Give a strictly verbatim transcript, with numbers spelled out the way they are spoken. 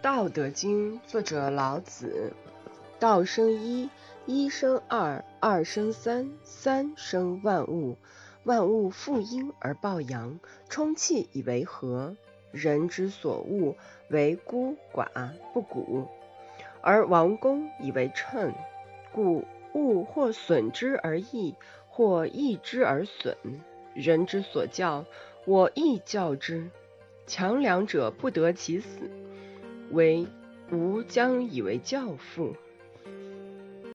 道德经，作者老子。道生一，一生二，二生三，三生万物。万物负阴而抱阳，充气以为和。人之所恶，为孤寡不古，而王公以为称。故物或损之而益，或益之而损。人之所教，我亦教之。强梁者不得其死，为吾将以为教父。